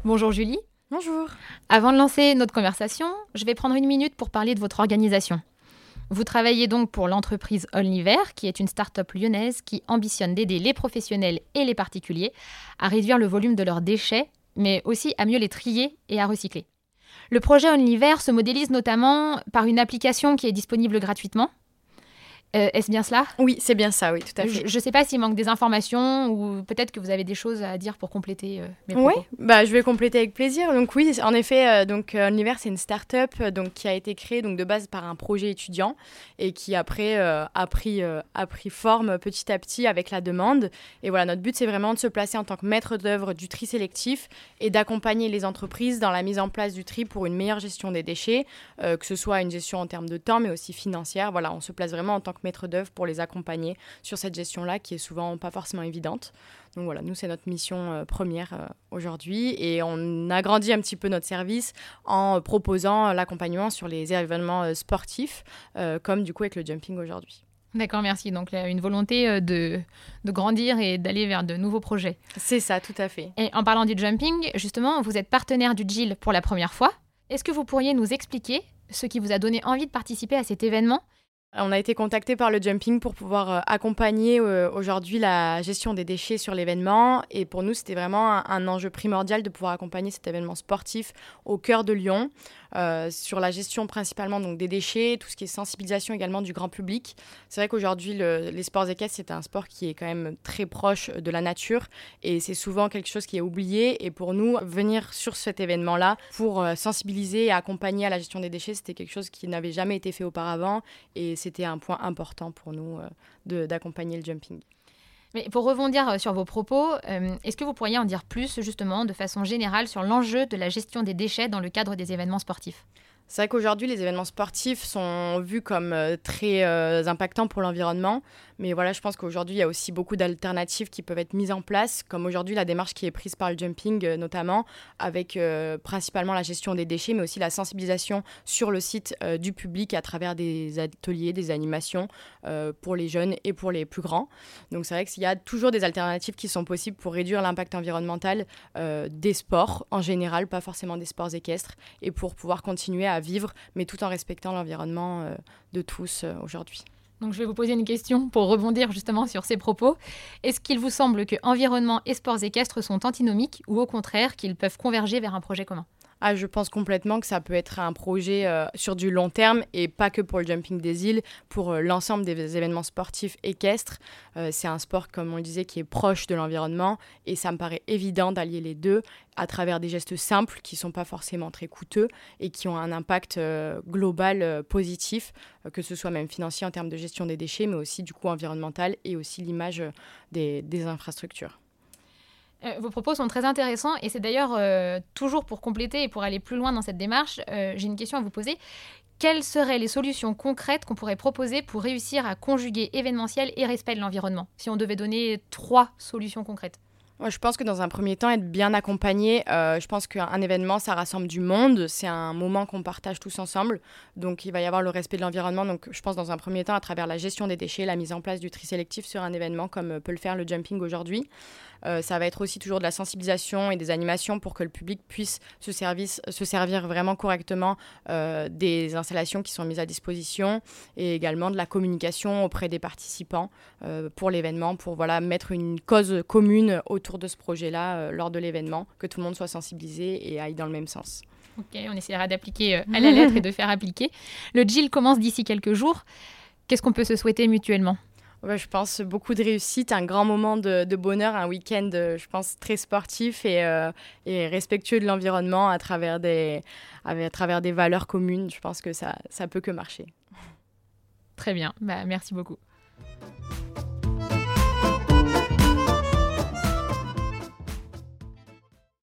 Bonjour Julie. Bonjour. Avant de lancer notre conversation, je vais prendre une minute pour parler de votre organisation. Vous travaillez donc pour l'entreprise Onlyver, qui est une start-up lyonnaise qui ambitionne d'aider les professionnels et les particuliers à réduire le volume de leurs déchets, mais aussi à mieux les trier et à recycler. Le projet Onlyver se modélise notamment par une application qui est disponible gratuitement. Est-ce bien cela ? Oui, c'est bien ça, oui, tout à fait. Je ne sais pas s'il manque des informations ou peut-être que vous avez des choses à dire pour compléter mes Oui, propos. je vais compléter avec plaisir. Donc oui, en effet, Onlyver, c'est une start-up qui a été créée de base par un projet étudiant et qui après a pris forme petit à petit avec la demande. Et voilà, notre but, c'est vraiment de se placer en tant que maître d'œuvre du tri sélectif et d'accompagner les entreprises dans la mise en place du tri pour une meilleure gestion des déchets, que ce soit une gestion en termes de temps, mais aussi financière. Voilà, on se place vraiment en tant que maître d'œuvre pour les accompagner sur cette gestion-là qui est souvent pas forcément évidente. Donc voilà, nous, c'est notre mission première aujourd'hui et on agrandit un petit peu notre service en proposant l'accompagnement sur les événements sportifs, comme du coup avec le jumping aujourd'hui. D'accord, merci. Donc, une volonté de grandir et d'aller vers de nouveaux projets. C'est ça, tout à fait. Et en parlant du jumping, justement, vous êtes partenaire du GIL pour la première fois. Est-ce que vous pourriez nous expliquer ce qui vous a donné envie de participer à cet événement ? On a été contacté par le jumping pour pouvoir accompagner aujourd'hui la gestion des déchets sur l'événement. Et pour nous, c'était vraiment un enjeu primordial de pouvoir accompagner cet événement sportif au cœur de Lyon, sur la gestion principalement donc, des déchets, tout ce qui est sensibilisation également du grand public. C'est vrai qu'aujourd'hui, les sports équestres, c'est un sport qui est quand même très proche de la nature et c'est souvent quelque chose qui est oublié. Et pour nous, venir sur cet événement-là pour sensibiliser et accompagner à la gestion des déchets, c'était quelque chose qui n'avait jamais été fait auparavant et c'était un point important pour nous d'accompagner le jumping. Mais pour rebondir sur vos propos, est-ce que vous pourriez en dire plus, justement, de façon générale, sur l'enjeu de la gestion des déchets dans le cadre des événements sportifs ? C'est vrai qu'aujourd'hui, les événements sportifs sont vus comme très impactants pour l'environnement. Mais voilà, je pense qu'aujourd'hui, il y a aussi beaucoup d'alternatives qui peuvent être mises en place, comme aujourd'hui la démarche qui est prise par le jumping notamment, avec principalement la gestion des déchets, mais aussi la sensibilisation sur le site du public à travers des ateliers, des animations pour les jeunes et pour les plus grands. Donc c'est vrai qu'il y a toujours des alternatives qui sont possibles pour réduire l'impact environnemental des sports en général, pas forcément des sports équestres, et pour pouvoir continuer à vivre, mais tout en respectant l'environnement de tous aujourd'hui. Donc je vais vous poser une question pour rebondir justement sur ces propos. Est-ce qu'il vous semble que environnement et sports équestres sont antinomiques ou au contraire qu'ils peuvent converger vers un projet commun ? Je pense complètement que ça peut être un projet sur du long terme et pas que pour le jumping des îles, pour l'ensemble des événements sportifs équestres. C'est un sport, comme on le disait, qui est proche de l'environnement et ça me paraît évident d'allier les deux à travers des gestes simples qui ne sont pas forcément très coûteux et qui ont un impact global positif, que ce soit même financier en termes de gestion des déchets, mais aussi du coup environnemental et aussi l'image des infrastructures. Vos propos sont très intéressants et c'est d'ailleurs toujours pour compléter et pour aller plus loin dans cette démarche, j'ai une question à vous poser. Quelles seraient les solutions concrètes qu'on pourrait proposer pour réussir à conjuguer événementiel et respect de l'environnement ? Si on devait donner 3 solutions concrètes. Je pense que dans un premier temps, être bien accompagné, je pense qu'un événement, ça rassemble du monde, c'est un moment qu'on partage tous ensemble, donc il va y avoir le respect de l'environnement, donc je pense dans un premier temps à travers la gestion des déchets, la mise en place du tri sélectif sur un événement comme peut le faire le jumping aujourd'hui. Ça va être aussi toujours de la sensibilisation et des animations pour que le public puisse se servir vraiment correctement des installations qui sont mises à disposition et également de la communication auprès des participants pour l'événement, pour mettre une cause commune autour de ce projet-là lors de l'événement, que tout le monde soit sensibilisé et aille dans le même sens. Ok, on essaiera d'appliquer à la lettre et de faire appliquer. Le GIL commence d'ici quelques jours. Qu'est-ce qu'on peut se souhaiter mutuellement ? Je pense beaucoup de réussite, un grand moment de bonheur, un week-end, je pense, très sportif et respectueux de l'environnement à travers des valeurs communes. Je pense que ça peut que marcher. Très bien, merci beaucoup.